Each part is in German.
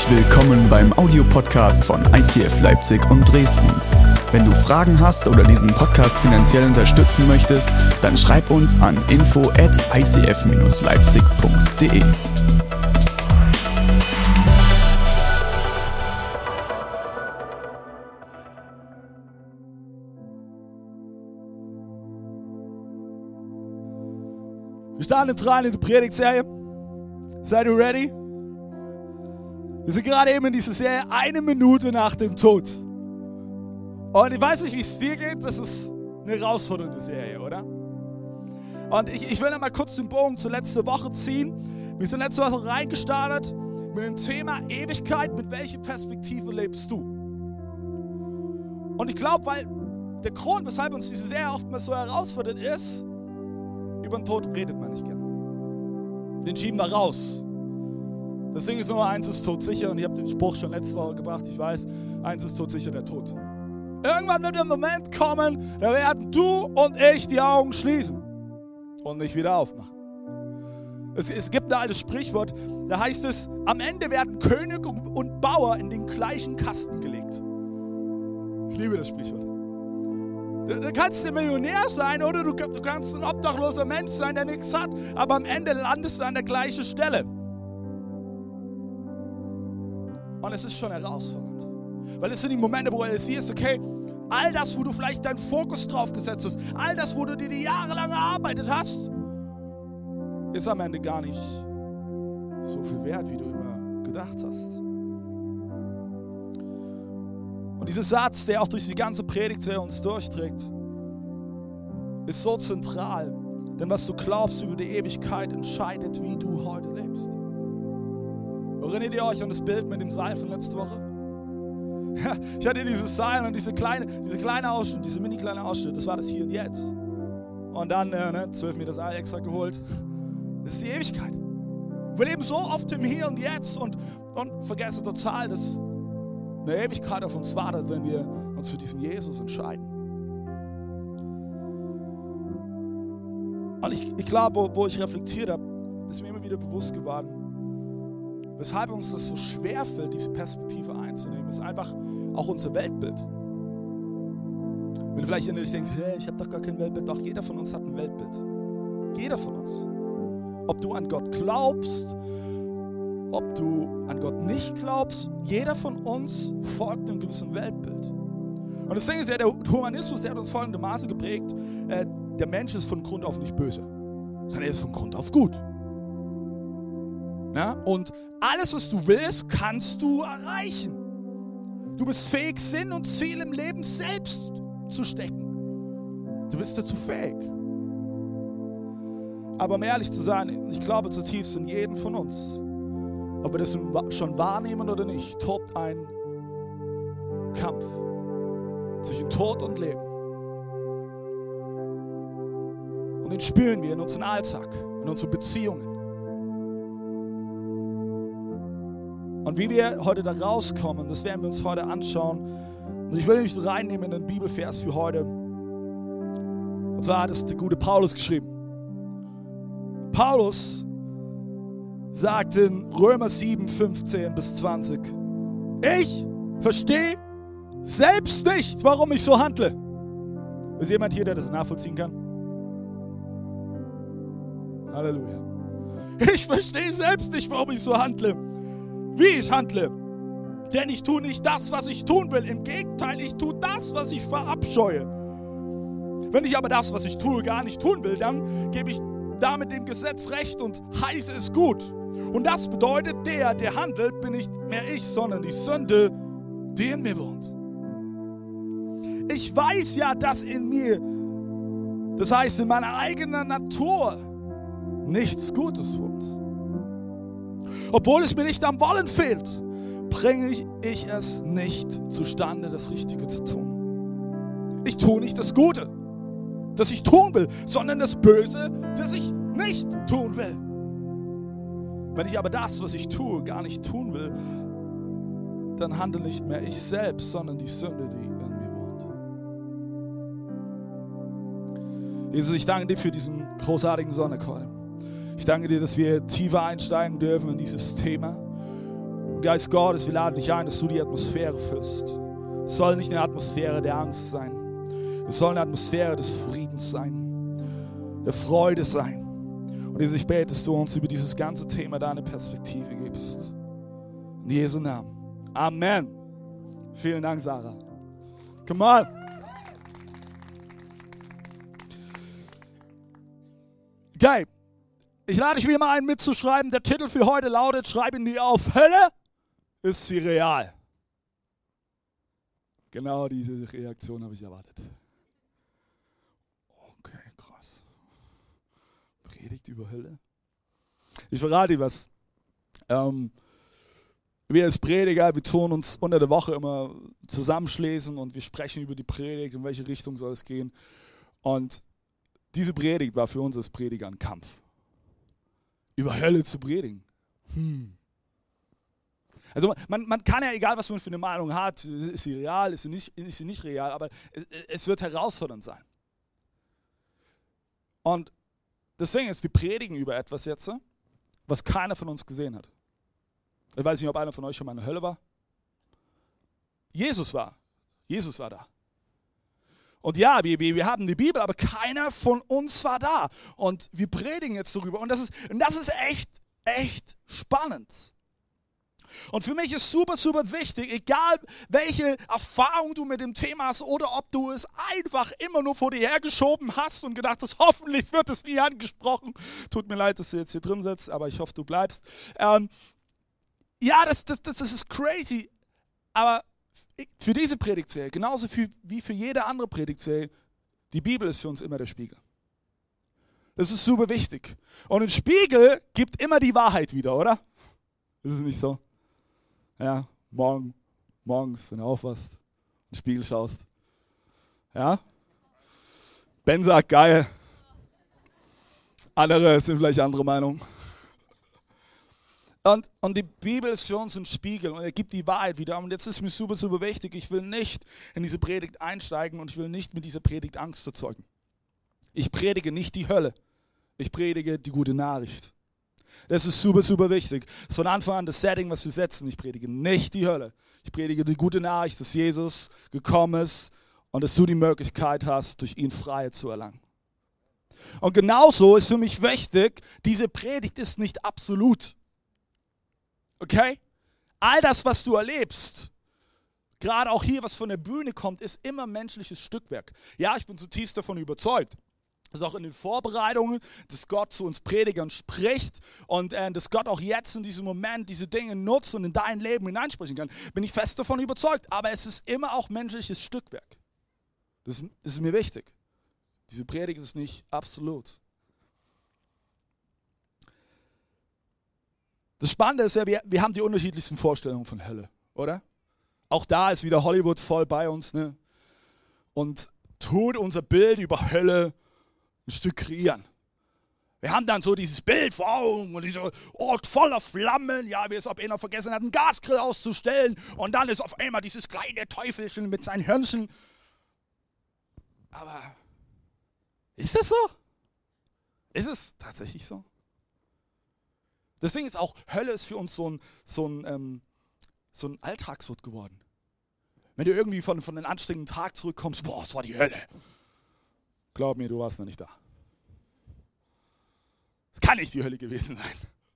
Herzlich willkommen beim Audiopodcast von ICF Leipzig und Dresden. Wenn du Fragen hast oder diesen Podcast finanziell unterstützen möchtest, dann schreib uns an info@icf-leipzig.de. Wir starten jetzt rein in die Predigtserie. Seid ihr ready? Wir sind gerade eben in dieser Serie 1 Minute nach dem Tod. Und ich weiß nicht, wie es dir geht, das ist eine herausfordernde Serie, oder? Und ich will einmal kurz den Bogen zur letzten Woche ziehen. Wir sind letzte Woche reingestartet mit dem Thema Ewigkeit. Mit welcher Perspektive lebst du? Und ich glaube, weil der Grund, weshalb uns diese Serie oftmals so herausfordert ist, über den Tod redet man nicht gern. Den schieben wir raus. Das Ding ist nur, eins ist todsicher, und ich habe den Spruch schon letzte Woche gebracht, ich weiß, eins ist todsicher, der Tod. Irgendwann wird der Moment kommen, da werden du und ich die Augen schließen und nicht wieder aufmachen. Es gibt ein altes Sprichwort, da heißt es, am Ende werden König und Bauer in den gleichen Kasten gelegt. Ich liebe das Sprichwort. Du kannst der Millionär sein oder du kannst ein obdachloser Mensch sein, der nichts hat, aber am Ende landest du an der gleichen Stelle. Und es ist schon herausfordernd, weil es sind die Momente, wo du siehst, okay, all das, wo du vielleicht deinen Fokus drauf gesetzt hast, all das, wo du dir die jahrelang erarbeitet hast, ist am Ende gar nicht so viel wert, wie du immer gedacht hast. Und dieser Satz, der auch durch die ganze Predigtserie uns durchträgt, ist so zentral. Denn was du glaubst über die Ewigkeit, entscheidet, wie du heute lebst. Erinnert ihr euch an das Bild mit dem Seil von letzter Woche? Ja, ich hatte dieses Seil und diese kleine Ausschnitt, diese mini kleine Ausschnitt, das war das Hier und Jetzt. Und dann 12 Meter Seil extra geholt. Das ist die Ewigkeit. Wir leben so oft im Hier und Jetzt und vergessen total, dass eine Ewigkeit auf uns wartet, wenn wir uns für diesen Jesus entscheiden. Und ich glaube, wo ich reflektiert habe, ist mir immer wieder bewusst geworden, weshalb uns das so schwerfällt, diese Perspektive einzunehmen, ist einfach auch unser Weltbild. Wenn du vielleicht innerlich denkst, hey, ich habe doch gar kein Weltbild, doch jeder von uns hat ein Weltbild. Jeder von uns. Ob du an Gott glaubst, ob du an Gott nicht glaubst, jeder von uns folgt einem gewissen Weltbild. Und das Ding ist ja, der Humanismus, der hat uns folgendermaßen geprägt, der Mensch ist von Grund auf nicht böse, sondern er ist von Grund auf gut. Ja? Und alles, was du willst, kannst du erreichen. Du bist fähig, Sinn und Ziel im Leben selbst zu stecken. Du bist dazu fähig. Aber um ehrlich zu sein, ich glaube zutiefst in jedem von uns, ob wir das schon wahrnehmen oder nicht, tobt ein Kampf zwischen Tod und Leben. Und den spüren wir in unserem Alltag, in unseren Beziehungen. Und wie wir heute da rauskommen, das werden wir uns heute anschauen. Und ich will nämlich reinnehmen in den Bibelvers für heute. Und zwar hat es der gute Paulus geschrieben. Paulus sagt in Römer 7, 15 bis 20, ich verstehe selbst nicht, warum ich so handle. Ist jemand hier, der das nachvollziehen kann? Halleluja. Ich verstehe selbst nicht, warum ich so handle, wie ich handle. Denn ich tue nicht das, was ich tun will. Im Gegenteil, ich tue das, was ich verabscheue. Wenn ich aber das, was ich tue, gar nicht tun will, dann gebe ich damit dem Gesetz recht und heiße es gut. Und das bedeutet, der handelt, bin nicht mehr ich, sondern die Sünde, die in mir wohnt. Ich weiß ja, dass in mir, das heißt in meiner eigenen Natur, nichts Gutes wohnt. Obwohl es mir nicht am Wollen fehlt, bringe ich es nicht zustande, das Richtige zu tun. Ich tue nicht das Gute, das ich tun will, sondern das Böse, das ich nicht tun will. Wenn ich aber das, was ich tue, gar nicht tun will, dann handle nicht mehr ich selbst, sondern die Sünde, die in mir wohnt. Jesus, ich danke dir für diesen großartigen Sonntag heute. Ich danke dir, dass wir tiefer einsteigen dürfen in dieses Thema. Geist Gottes, wir laden dich ein, dass du die Atmosphäre füllst. Es soll nicht eine Atmosphäre der Angst sein. Es soll eine Atmosphäre des Friedens sein, der Freude sein. Und Jesus, ich bete, dass du uns über dieses ganze Thema deine Perspektive gibst. In Jesu Namen. Amen. Vielen Dank, Sarah. Come on. Okay. Ich lade dich wie immer ein, mitzuschreiben. Der Titel für heute lautet, schreib ihn dir auf, Hölle, ist sie real? Genau diese Reaktion habe ich erwartet. Okay, krass. Predigt über Hölle? Ich verrate dir was. Wir als Prediger, wir tun uns unter der Woche immer zusammenschließen und wir sprechen über die Predigt, in welche Richtung soll es gehen. Und diese Predigt war für uns als Prediger ein Kampf. Über Hölle zu predigen. Also man kann ja, egal was man für eine Meinung hat, ist sie real, ist sie nicht real, aber es wird herausfordernd sein. Und das Ding ist, wir predigen über etwas jetzt, was keiner von uns gesehen hat. Ich weiß nicht, ob einer von euch schon mal in der Hölle war. Jesus war da. Und ja, wir haben die Bibel, aber keiner von uns war da. Und wir predigen jetzt darüber. Und das ist echt spannend. Und für mich ist super, super wichtig, egal welche Erfahrung du mit dem Thema hast oder ob du es einfach immer nur vor dir hergeschoben hast und gedacht hast, hoffentlich wird es nie angesprochen. Tut mir leid, dass du jetzt hier drin sitzt, aber ich hoffe, du bleibst. Ja, das ist crazy, aber für diese Predigtserie, genauso wie für jede andere Predigtserie, die Bibel ist für uns immer der Spiegel. Das ist super wichtig. Und ein Spiegel gibt immer die Wahrheit wieder, oder? Ist es nicht so? Ja, morgens, wenn du aufwachst, in den Spiegel schaust. Ja? Ben sagt, geil. Andere sind vielleicht andere Meinung. Und die Bibel ist für uns ein Spiegel und er gibt die Wahrheit wieder. Und jetzt ist mir super, super wichtig, ich will nicht in diese Predigt einsteigen und ich will nicht mit dieser Predigt Angst erzeugen. Ich predige nicht die Hölle, ich predige die gute Nachricht. Das ist super, super wichtig. Das ist von Anfang an das Setting, was wir setzen. Ich predige nicht die Hölle. Ich predige die gute Nachricht, dass Jesus gekommen ist und dass du die Möglichkeit hast, durch ihn Freiheit zu erlangen. Und genauso ist für mich wichtig, diese Predigt ist nicht absolut. Okay? All das, was du erlebst, gerade auch hier, was von der Bühne kommt, ist immer menschliches Stückwerk. Ja, ich bin zutiefst davon überzeugt. Das ist auch in den Vorbereitungen, dass Gott zu uns Predigern spricht und dass Gott auch jetzt in diesem Moment diese Dinge nutzt und in dein Leben hineinsprechen kann. Bin ich fest davon überzeugt. Aber es ist immer auch menschliches Stückwerk. Das ist mir wichtig. Diese Predigt ist nicht absolut. Das Spannende ist ja, wir haben die unterschiedlichsten Vorstellungen von Hölle, oder? Auch da ist wieder Hollywood voll bei uns, ne? Und tut unser Bild über Hölle ein Stück kreieren. Wir haben dann so dieses Bild vor Augen und dieser Ort voller Flammen, ja, wie es ob einer vergessen hat, einen Gasgrill auszustellen und dann ist auf einmal dieses kleine Teufelchen mit seinen Hörnchen. Aber ist das so? Ist es tatsächlich so? Deswegen ist auch Hölle ist für uns so ein Alltagswort geworden. Wenn du irgendwie von einem anstrengenden Tag zurückkommst, boah, es war die Hölle. Glaub mir, du warst noch nicht da. Es kann nicht die Hölle gewesen sein.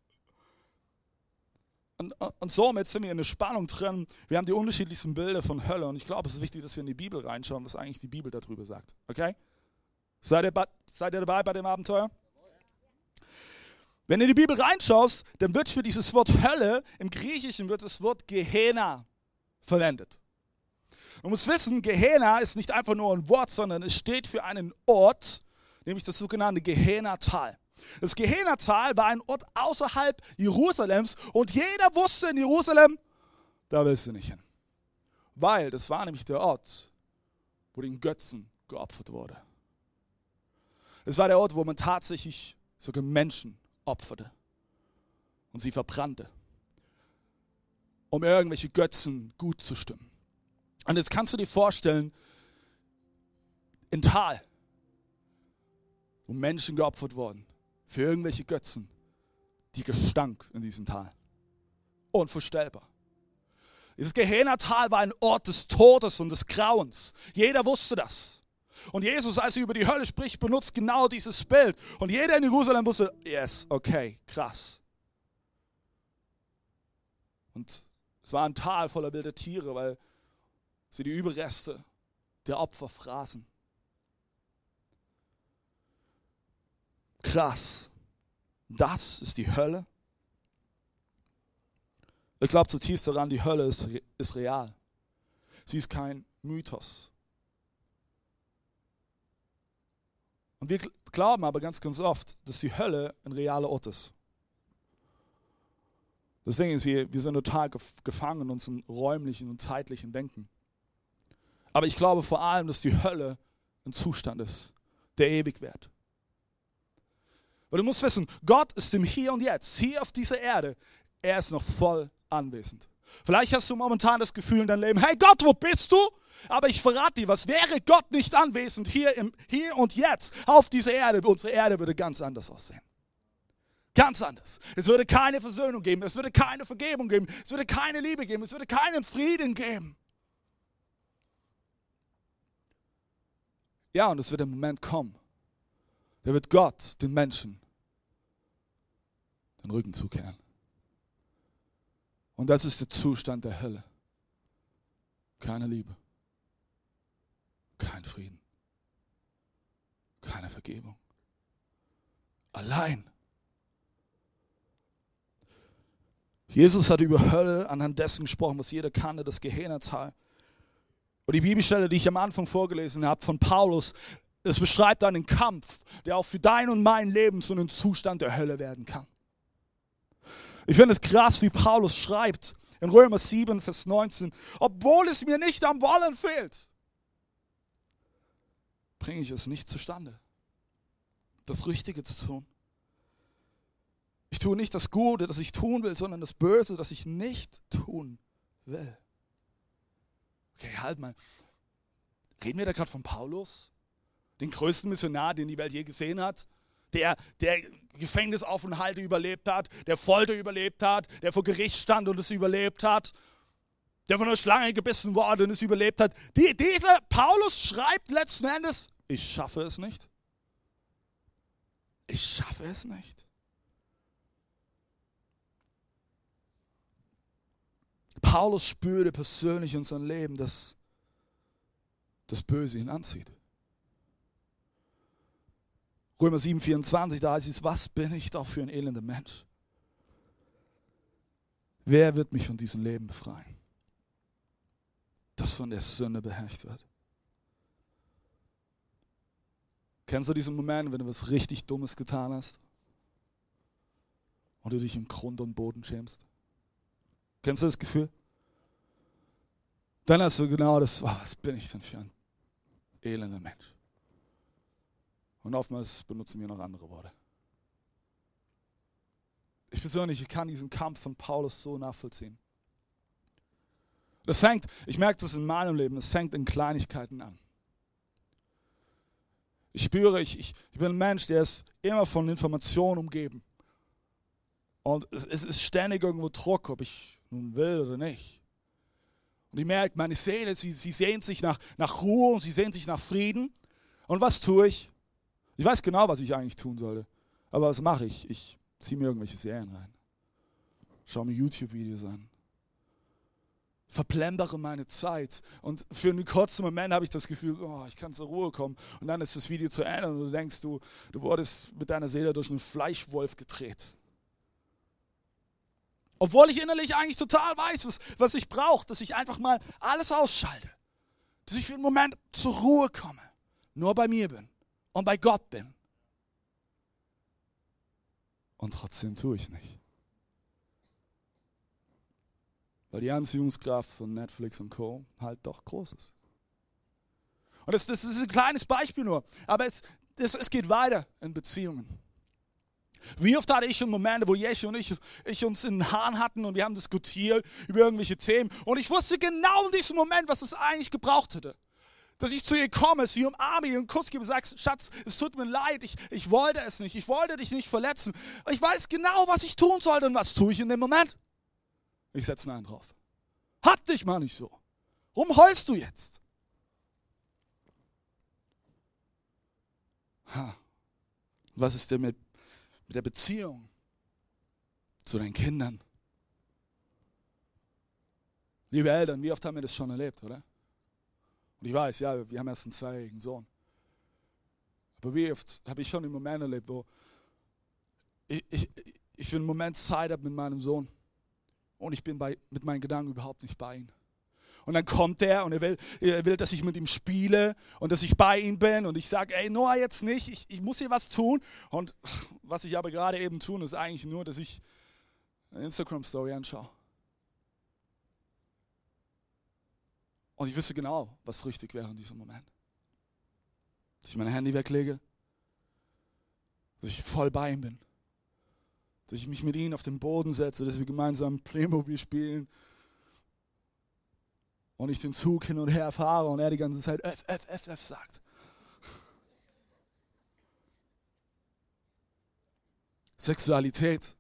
Und somit sind wir in einer Spannung drin. Wir haben die unterschiedlichsten Bilder von Hölle und ich glaube, es ist wichtig, dass wir in die Bibel reinschauen, was eigentlich die Bibel darüber sagt. Okay? Seid ihr dabei bei dem Abenteuer? Wenn du in die Bibel reinschaust, dann wird für dieses Wort Hölle, im Griechischen wird das Wort Gehenna verwendet. Du musst wissen, Gehenna ist nicht einfach nur ein Wort, sondern es steht für einen Ort, nämlich das sogenannte Gehenna-Tal. Das Gehenna-Tal war ein Ort außerhalb Jerusalems und jeder wusste in Jerusalem, da willst du nicht hin. Weil das war nämlich der Ort, wo den Götzen geopfert wurde. Es war der Ort, wo man tatsächlich sogar Menschen opferte und sie verbrannte, um irgendwelche Götzen gut zu stimmen. Und jetzt kannst du dir vorstellen, ein Tal, wo Menschen geopfert wurden für irgendwelche Götzen, die Gestank in diesem Tal. Unvorstellbar. Dieses Gehenna-Tal war ein Ort des Todes und des Grauens. Jeder wusste das. Und Jesus, als er über die Hölle spricht, benutzt genau dieses Bild. Und jeder in Jerusalem wusste, yes, okay, krass. Und es war ein Tal voller wilder Tiere, weil sie die Überreste der Opfer fraßen. Krass. Das ist die Hölle. Ich glaube zutiefst daran, die Hölle ist real. Sie ist kein Mythos. Und wir glauben aber ganz oft, dass die Hölle ein realer Ort ist. Das Ding ist, wir sind total gefangen in unserem räumlichen und zeitlichen Denken. Aber ich glaube vor allem, dass die Hölle ein Zustand ist, der ewig währt. Weil du musst wissen, Gott ist im Hier und Jetzt, hier auf dieser Erde, er ist noch voll anwesend. Vielleicht hast du momentan das Gefühl in deinem Leben, hey Gott, wo bist du? Aber ich verrate dir was, wäre Gott nicht anwesend hier und jetzt auf dieser Erde, unsere Erde würde ganz anders aussehen. Ganz anders. Es würde keine Versöhnung geben, es würde keine Vergebung geben, es würde keine Liebe geben, es würde keinen Frieden geben. Ja, und es wird ein Moment kommen, da wird Gott den Menschen den Rücken zukehren. Und das ist der Zustand der Hölle. Keine Liebe, kein Frieden, keine Vergebung. Allein. Jesus hat über Hölle anhand dessen gesprochen, was jeder kannte, das Gehenna-Tal. Und die Bibelstelle, die ich am Anfang vorgelesen habe von Paulus, es beschreibt einen Kampf, der auch für dein und mein Leben zu einem Zustand der Hölle werden kann. Ich finde es krass, wie Paulus schreibt in Römer 7, Vers 19, obwohl es mir nicht am Wollen fehlt, bringe ich es nicht zustande, das Richtige zu tun. Ich tue nicht das Gute, das ich tun will, sondern das Böse, das ich nicht tun will. Okay, halt mal. Reden wir da gerade von Paulus? Den größten Missionar, den die Welt je gesehen hat? Der Gefängnisaufenthalte überlebt hat, der Folter überlebt hat, der vor Gericht stand und es überlebt hat, der von einer Schlange gebissen wurde und es überlebt hat. Dieser Paulus schreibt letzten Endes, ich schaffe es nicht. Ich schaffe es nicht. Paulus spürte persönlich in seinem Leben, dass das Böse ihn anzieht. Römer 7, 24, da heißt es, was bin ich doch für ein elender Mensch? Wer wird mich von diesem Leben befreien, das von der Sünde beherrscht wird? Kennst du diesen Moment, wenn du was richtig Dummes getan hast und du dich im Grund und Boden schämst? Kennst du das Gefühl? Dann hast du genau das, was bin ich denn für ein elender Mensch? Und oftmals benutzen wir noch andere Worte. Ich persönlich kann diesen Kampf von Paulus so nachvollziehen. Ich merke das in meinem Leben, es fängt in Kleinigkeiten an. Ich spüre, ich bin ein Mensch, der ist immer von Informationen umgeben. Und es ist ständig irgendwo Druck, ob ich nun will oder nicht. Und ich merke, meine Seele, sie sehnt sich nach Ruhe und sie sehnt sich nach Frieden. Und was tue ich? Ich weiß genau, was ich eigentlich tun sollte. Aber was mache ich? Ich ziehe mir irgendwelche Serien rein. Schaue mir YouTube-Videos an. Verplempere meine Zeit. Und für einen kurzen Moment habe ich das Gefühl, ich kann zur Ruhe kommen. Und dann ist das Video zu Ende und du denkst, du wurdest mit deiner Seele durch einen Fleischwolf gedreht. Obwohl ich innerlich eigentlich total weiß, was ich brauche, dass ich einfach mal alles ausschalte. Dass ich für einen Moment zur Ruhe komme. Nur bei mir bin. Und bei Gott bin. Und trotzdem tue ich es nicht. Weil die Anziehungskraft von Netflix und Co. halt doch groß ist. Und das ist ein kleines Beispiel nur. Aber es geht weiter in Beziehungen. Wie oft hatte ich schon Momente, wo Jesche und ich uns in den Haaren hatten und wir haben diskutiert über irgendwelche Themen. Und ich wusste genau in diesem Moment, was es eigentlich gebraucht hätte. Dass ich zu ihr komme, sie umarme, ihr einen Kuss gebe, sagst, Schatz, es tut mir leid, ich wollte es nicht, ich wollte dich nicht verletzen. Ich weiß genau, was ich tun sollte und was tue ich in dem Moment? Ich setze Nein drauf. Hab dich mal nicht so. Warum heulst du jetzt? Was ist denn mit der Beziehung zu deinen Kindern? Liebe Eltern, wie oft haben wir das schon erlebt, oder? Und ich weiß, ja, wir haben erst einen 2-jährigen Sohn. Aber wie oft habe ich schon einen Moment erlebt, wo ich für einen Moment Zeit habe mit meinem Sohn und ich bin mit meinen Gedanken überhaupt nicht bei ihm. Und dann kommt er und er will, dass ich mit ihm spiele und dass ich bei ihm bin und ich sage, ey Noah, jetzt nicht, ich muss hier was tun. Und was ich aber gerade eben tun, ist eigentlich nur, dass ich eine Instagram-Story anschaue. Und ich wüsste genau, was richtig wäre in diesem Moment. Dass ich mein Handy weglege, dass ich voll bei ihm bin, dass ich mich mit ihm auf den Boden setze, dass wir gemeinsam Playmobil spielen und ich den Zug hin und her fahre und er die ganze Zeit F sagt. Sexualität.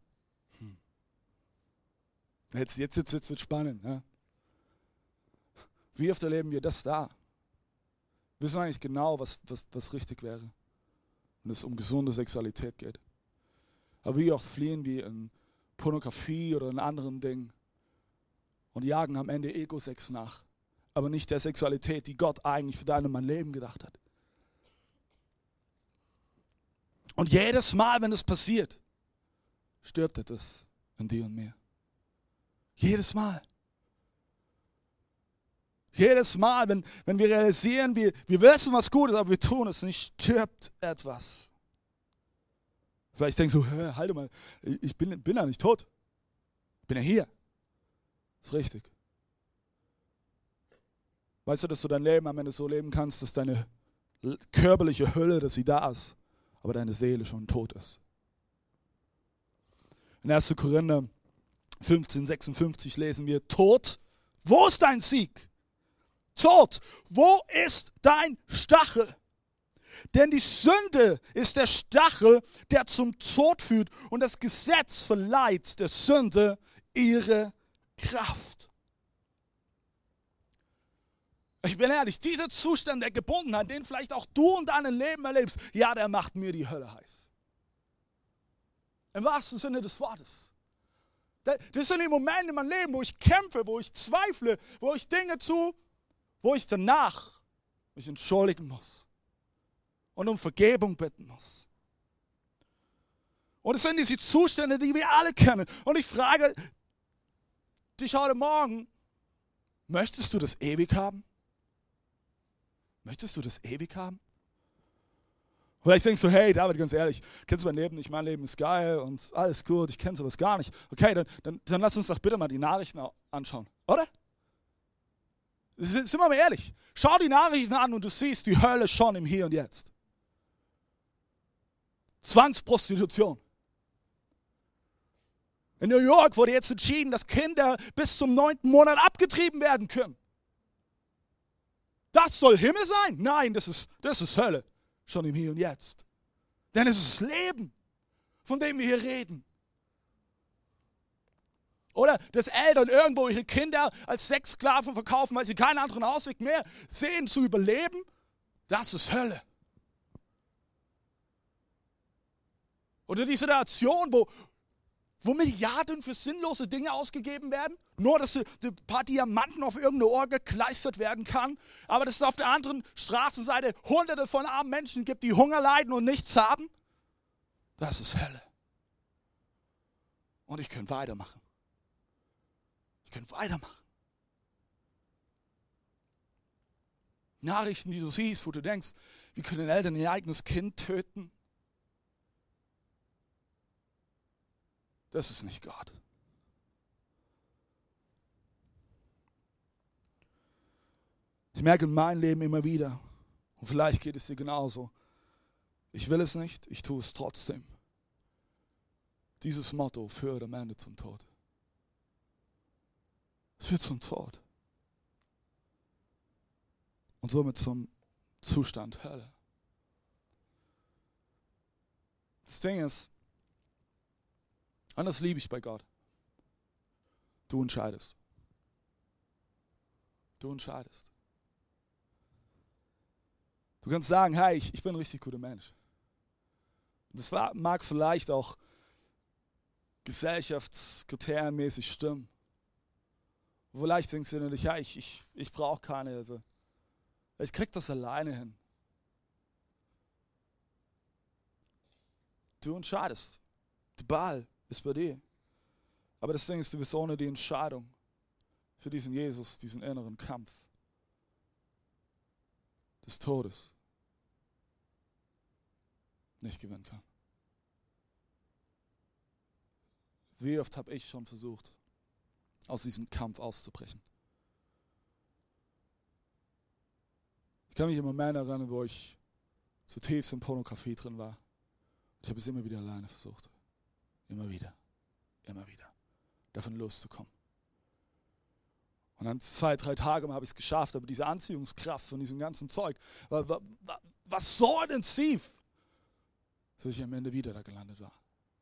Jetzt wird spannend. Ne? Wie oft erleben wir das da? Wir wissen eigentlich genau, was richtig wäre, wenn es um gesunde Sexualität geht. Aber wie oft fliehen wir in Pornografie oder in anderen Dingen und jagen am Ende Ego-Sex nach, aber nicht der Sexualität, die Gott eigentlich für dein und mein Leben gedacht hat. Und jedes Mal, wenn das passiert, stirbt etwas in dir und mir. Jedes Mal. Jedes Mal, wenn wir realisieren, wir wissen, was gut ist, aber wir tun es nicht, stirbt etwas. Vielleicht denkst du, halt mal, ich bin ja nicht tot. Ich bin ja hier. Das ist richtig. Weißt du, dass du dein Leben am Ende so leben kannst, dass deine körperliche Hülle, dass sie da ist, aber deine Seele schon tot ist. In 1. Korinther 15,56 lesen wir, Tod, wo ist dein Sieg? Tod, wo ist dein Stachel? Denn die Sünde ist der Stachel, der zum Tod führt, und das Gesetz verleiht der Sünde ihre Kraft. Ich bin ehrlich, dieser Zustand der Gebundenheit, den vielleicht auch du in deinem Leben erlebst, ja, der macht mir die Hölle heiß. Im wahrsten Sinne des Wortes. Das sind die Momente in meinem Leben, wo ich kämpfe, wo ich zweifle, wo ich Dinge tue, wo ich danach mich entschuldigen muss und um Vergebung bitten muss. Und es sind diese Zustände, die wir alle kennen. Und ich frage dich heute Morgen, möchtest du das ewig haben? Möchtest du das ewig haben? Vielleicht denkst du, hey David, ganz ehrlich, kennst du mein Leben nicht? Mein Leben ist geil und alles gut, ich kenne sowas gar nicht. Okay, dann lass uns doch bitte mal die Nachrichten anschauen, oder? Sind wir mal ehrlich. Schau die Nachrichten an und du siehst die Hölle schon im Hier und Jetzt. Zwangsprostitution. In New York wurde jetzt entschieden, dass Kinder bis zum 9. Monat abgetrieben werden können. Das soll Himmel sein? Nein, das ist Hölle. Schon im Hier und Jetzt. Denn es ist Leben, von dem wir hier reden. Oder dass Eltern irgendwo ihre Kinder als Sexsklaven verkaufen, weil sie keinen anderen Ausweg mehr sehen, zu überleben. Das ist Hölle. Oder die Situation, wo Milliarden für sinnlose Dinge ausgegeben werden, nur dass ein paar Diamanten auf irgendeine Ohr gekleistert werden kann, aber dass es auf der anderen Straßenseite Hunderte von armen Menschen gibt, die Hunger leiden und nichts haben. Das ist Hölle. Und ich könnte weitermachen. Nachrichten, die du siehst, wo du denkst, wie können Eltern ihr eigenes Kind töten? Das ist nicht Gott. Ich merke in meinem Leben immer wieder, und vielleicht geht es dir genauso, ich will es nicht, ich tue es trotzdem. Dieses Motto führt am Ende zum Tod. Es führt zum Tod. Und somit zum Zustand Hölle. Das Ding ist, und das liebe ich bei Gott. Du entscheidest. Du entscheidest. Du kannst sagen, hey, ich bin ein richtig guter Mensch. Und das mag vielleicht auch gesellschaftskriterienmäßig stimmen. Vielleicht denkst du innerlich, ja, ich brauche keine Hilfe. Ich krieg das alleine hin. Du entscheidest. Der Ball ist bei dir. Aber das Ding ist, du wirst ohne die Entscheidung für diesen Jesus, diesen inneren Kampf des Todes nicht gewinnen können. Wie oft habe ich schon versucht, aus diesem Kampf auszubrechen? Ich kann mich an Momente erinnern, wo ich zutiefst in Pornografie drin war. Ich habe es immer wieder alleine versucht. Immer wieder. Davon loszukommen. Und dann 2-3 Tage habe ich es geschafft, aber diese Anziehungskraft von diesem ganzen Zeug war so intensiv, dass ich am Ende wieder da gelandet war.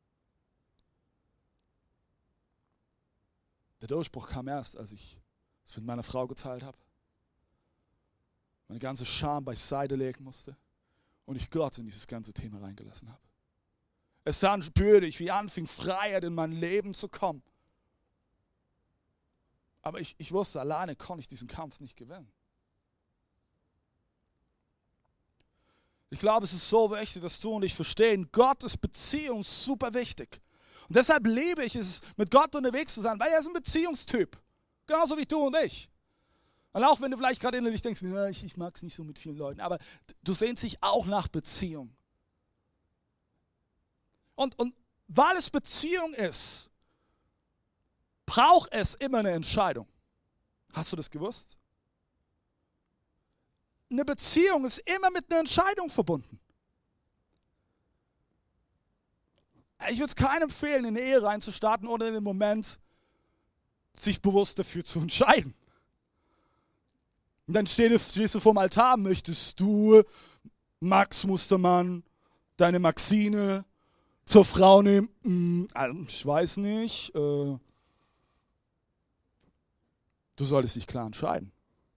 Der Durchbruch kam erst, als ich es mit meiner Frau geteilt habe, meine ganze Scham beiseite legen musste und ich Gott in dieses ganze Thema reingelassen habe. Es dann spürte ich, wie anfing Freiheit in mein Leben zu kommen. Aber ich wusste, alleine konnte ich diesen Kampf nicht gewinnen. Ich glaube, es ist so wichtig, dass du und ich verstehen, Gottes Beziehung ist super wichtig. Und deshalb liebe ich es, mit Gott unterwegs zu sein, weil er ist ein Beziehungstyp. Genauso wie du und ich. Und auch wenn du vielleicht gerade innerlich denkst, ja, ich mag es nicht so mit vielen Leuten, aber du sehnst dich auch nach Beziehung. Und weil es Beziehung ist, braucht es immer eine Entscheidung. Hast du das gewusst? Eine Beziehung ist immer mit einer Entscheidung verbunden. Ich würde es keinem empfehlen, in eine Ehe reinzustarten, ohne in dem Moment sich bewusst dafür zu entscheiden. Und dann stehst du vorm Altar, möchtest du Max Mustermann, deine Maxine, zur Frau nehmen? Ich weiß nicht. Du solltest dich klar entscheiden.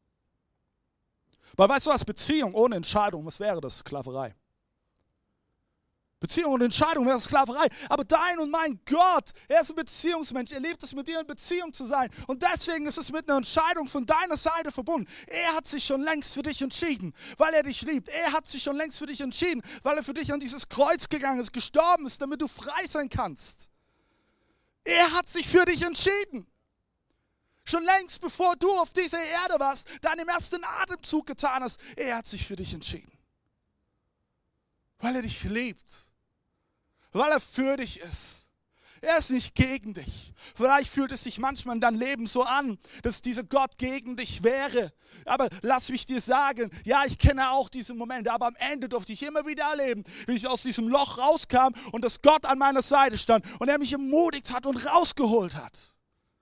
Weil weißt du was, Beziehung ohne Entscheidung, was wäre das? Sklaverei. Beziehung ohne Entscheidung wäre Sklaverei. Aber dein und mein Gott, er ist ein Beziehungsmensch. Er liebt es, mit dir in Beziehung zu sein. Und deswegen ist es mit einer Entscheidung von deiner Seite verbunden. Er hat sich schon längst für dich entschieden, weil er dich liebt. Er hat sich schon längst für dich entschieden, weil er für dich an dieses Kreuz gegangen ist, gestorben ist, damit du frei sein kannst. Er hat sich für dich entschieden. Schon längst bevor du auf dieser Erde warst, deinen ersten Atemzug getan hast, er hat sich für dich entschieden. Weil er dich liebt. Weil er für dich ist. Er ist nicht gegen dich. Vielleicht fühlt es sich manchmal in deinem Leben so an, dass dieser Gott gegen dich wäre. Aber lass mich dir sagen, ja, ich kenne auch diese Momente, aber am Ende durfte ich immer wieder erleben, wie ich aus diesem Loch rauskam und dass Gott an meiner Seite stand und er mich ermutigt hat und rausgeholt hat.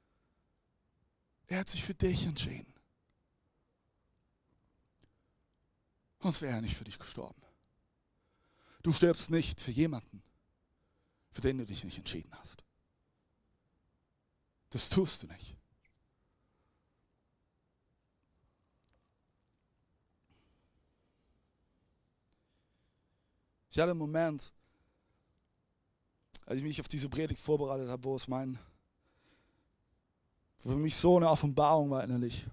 Er hat sich für dich entschieden. Sonst wäre er nicht für dich gestorben. Du stirbst nicht für jemanden, für den du dich nicht entschieden hast. Das tust du nicht. Ich hatte einen Moment, als ich mich auf diese Predigt vorbereitet habe, wo für mich so eine Offenbarung war innerlich.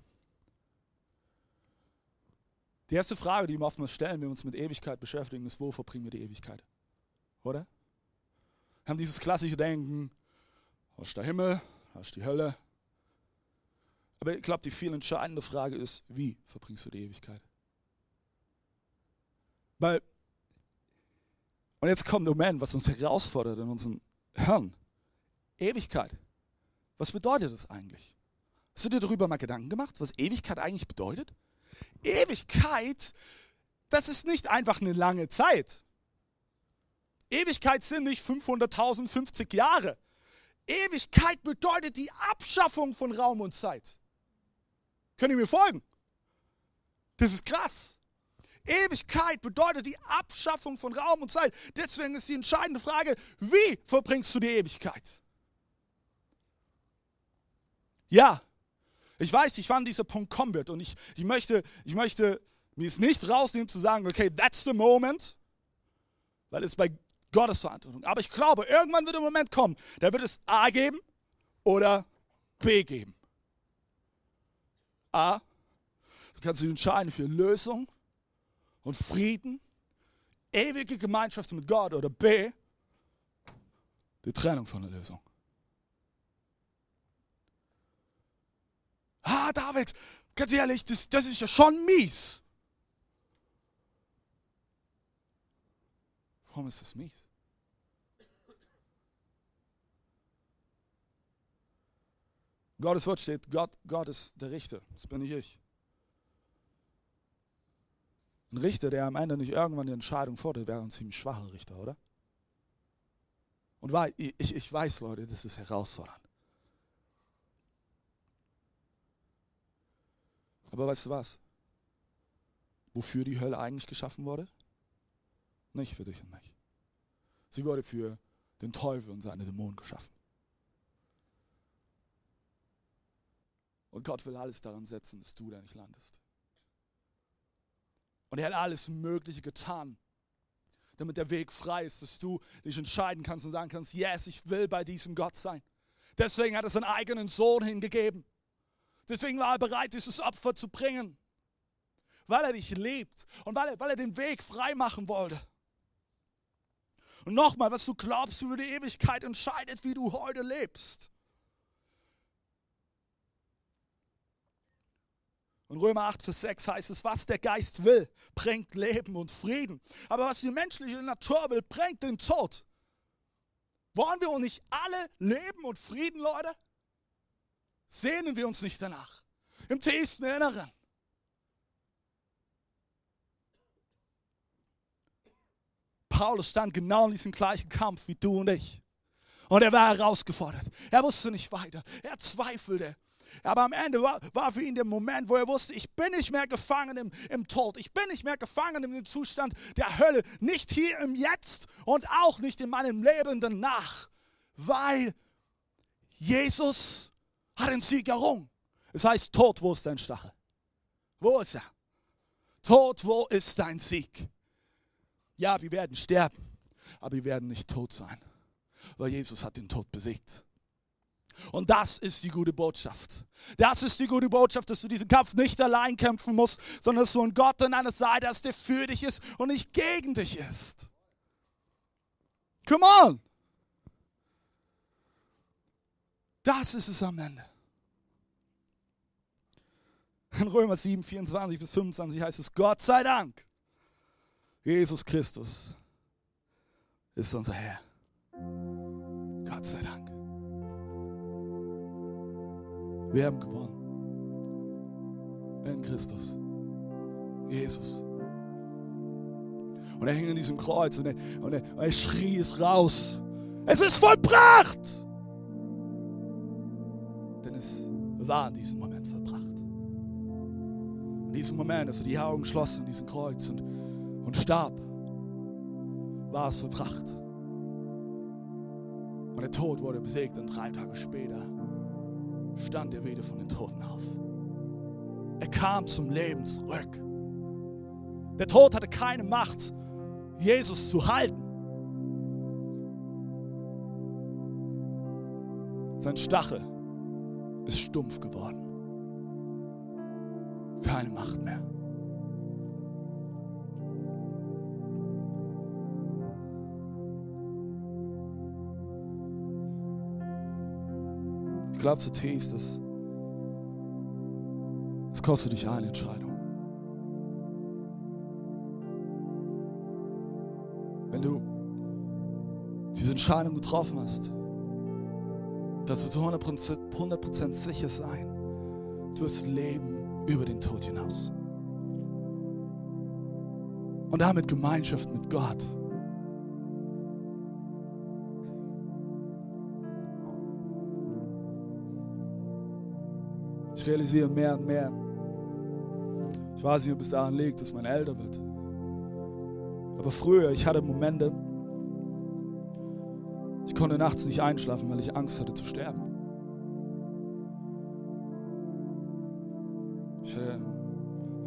Die erste Frage, die wir oftmals stellen, wenn wir uns mit Ewigkeit beschäftigen, ist, wo verbringen wir die Ewigkeit? Oder? Wir haben dieses klassische Denken, da ist der Himmel, da ist die Hölle. Aber ich glaube, die viel entscheidende Frage ist, wie verbringst du die Ewigkeit? Und jetzt kommt ein Moment, was uns herausfordert in unserem Hirn. Ewigkeit. Was bedeutet das eigentlich? Hast du dir darüber mal Gedanken gemacht, was Ewigkeit eigentlich bedeutet? Ewigkeit, das ist nicht einfach eine lange Zeit. Ewigkeit sind nicht 500.000, 50 Jahre. Ewigkeit bedeutet die Abschaffung von Raum und Zeit. Könnt ihr mir folgen? Das ist krass. Ewigkeit bedeutet die Abschaffung von Raum und Zeit. Deswegen ist die entscheidende Frage, wie verbringst du die Ewigkeit? Ja, Ich weiß nicht, wann dieser Punkt kommen wird. Und ich möchte mir es nicht rausnehmen zu sagen, okay, that's the moment, weil es bei Gottes Verantwortung. Aber ich glaube, irgendwann wird der Moment kommen, da wird es A geben oder B geben. A, du kannst dich entscheiden für Lösung und Frieden, ewige Gemeinschaft mit Gott, oder B, die Trennung von der Lösung. David, ganz ehrlich, das ist ja schon mies. Warum ist das mies? Gottes Wort steht, Gott ist der Richter, das bin nicht ich. Ein Richter, der am Ende nicht irgendwann die Entscheidung fordert, wäre ein ziemlich schwacher Richter, oder? Und ich weiß, Leute, das ist herausfordernd. Aber weißt du was? Wofür die Hölle eigentlich geschaffen wurde? Nicht für dich und mich. Sie wurde für den Teufel und seine Dämonen geschaffen. Und Gott will alles daran setzen, dass du da nicht landest. Und er hat alles Mögliche getan, damit der Weg frei ist, dass du dich entscheiden kannst und sagen kannst, yes, ich will bei diesem Gott sein. Deswegen hat er seinen eigenen Sohn hingegeben. Deswegen war er bereit, dieses Opfer zu bringen. Weil er dich liebt und weil er den Weg frei machen wollte. Und nochmal, was du glaubst über die Ewigkeit, entscheidet, wie du heute lebst. In Römer 8, Vers 6 heißt es, was der Geist will, bringt Leben und Frieden. Aber was die menschliche Natur will, bringt den Tod. Wollen wir uns nicht alle Leben und Frieden, Leute? Sehnen wir uns nicht danach? Im tiefsten Inneren. Paulus stand genau in diesem gleichen Kampf wie du und ich. Und er war herausgefordert. Er wusste nicht weiter. Er zweifelte. Aber am Ende war für ihn der Moment, wo er wusste, ich bin nicht mehr gefangen im Tod. Ich bin nicht mehr gefangen im Zustand der Hölle. Nicht hier im Jetzt und auch nicht in meinem Leben danach. Weil Jesus hat den Sieg errungen. Es heißt, Tod, wo ist dein Stachel? Wo ist er? Tod, wo ist dein Sieg? Ja, wir werden sterben, aber wir werden nicht tot sein. Weil Jesus hat den Tod besiegt. Und das ist die gute Botschaft. Das ist die gute Botschaft, dass du diesen Kampf nicht allein kämpfen musst, sondern dass du einen Gott an deiner Seite hast, der für dich ist und nicht gegen dich ist. Come on! Das ist es am Ende. In Römer 7, 24 bis 25 heißt es, Gott sei Dank, Jesus Christus ist unser Herr. Gott sei Dank. Wir haben gewonnen. In Christus. Jesus. Und er hing an diesem Kreuz und er schrie es raus. Es ist vollbracht! Denn es war in diesem Moment vollbracht. In diesem Moment, als er die Augen schloss an diesem Kreuz und starb, war es vollbracht. Und der Tod wurde besiegt und 3 Tage später stand er wieder von den Toten auf. Er kam zum Leben zurück. Der Tod hatte keine Macht, Jesus zu halten. Sein Stachel ist stumpf geworden. Keine Macht mehr. Ich glaube zutiefst, es kostet dich eine Entscheidung. Wenn du diese Entscheidung getroffen hast, dass du zu 100% sicher sein, du wirst leben über den Tod hinaus. Und damit Gemeinschaft mit Gott. Ich realisiere mehr und mehr, ich weiß nicht, ob es daran liegt, dass man älter wird. Aber früher, ich hatte Momente, ich konnte nachts nicht einschlafen, weil ich Angst hatte zu sterben.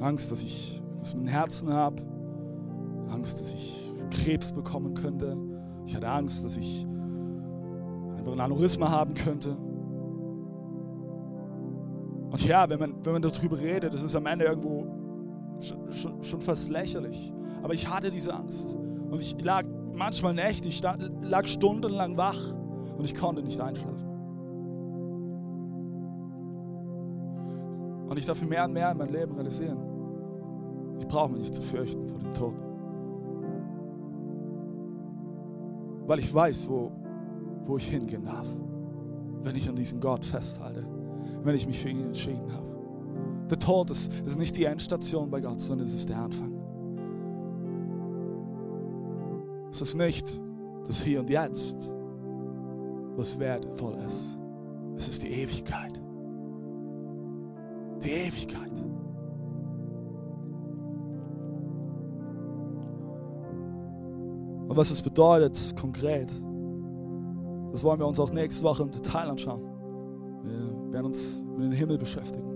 Angst, dass ich ein Herzen habe. Angst, dass ich Krebs bekommen könnte. Ich hatte Angst, dass ich einfach ein Aneurysma haben könnte. Und ja, wenn man darüber redet, das ist am Ende irgendwo schon fast lächerlich. Aber ich hatte diese Angst. Und ich lag manchmal Nächte, ich lag stundenlang wach und ich konnte nicht einschlafen. Und ich darf mehr und mehr in meinem Leben realisieren, ich brauche mich nicht zu fürchten vor dem Tod. Weil ich weiß, wo ich hingehen darf, wenn ich an diesem Gott festhalte, wenn ich mich für ihn entschieden habe. Der Tod ist nicht die Endstation bei Gott, sondern es ist der Anfang. Es ist nicht das Hier und Jetzt, was wertvoll ist. Es ist die Ewigkeit. Die Ewigkeit. Und was es bedeutet konkret, das wollen wir uns auch nächste Woche im Detail anschauen. Wir werden uns mit dem Himmel beschäftigen.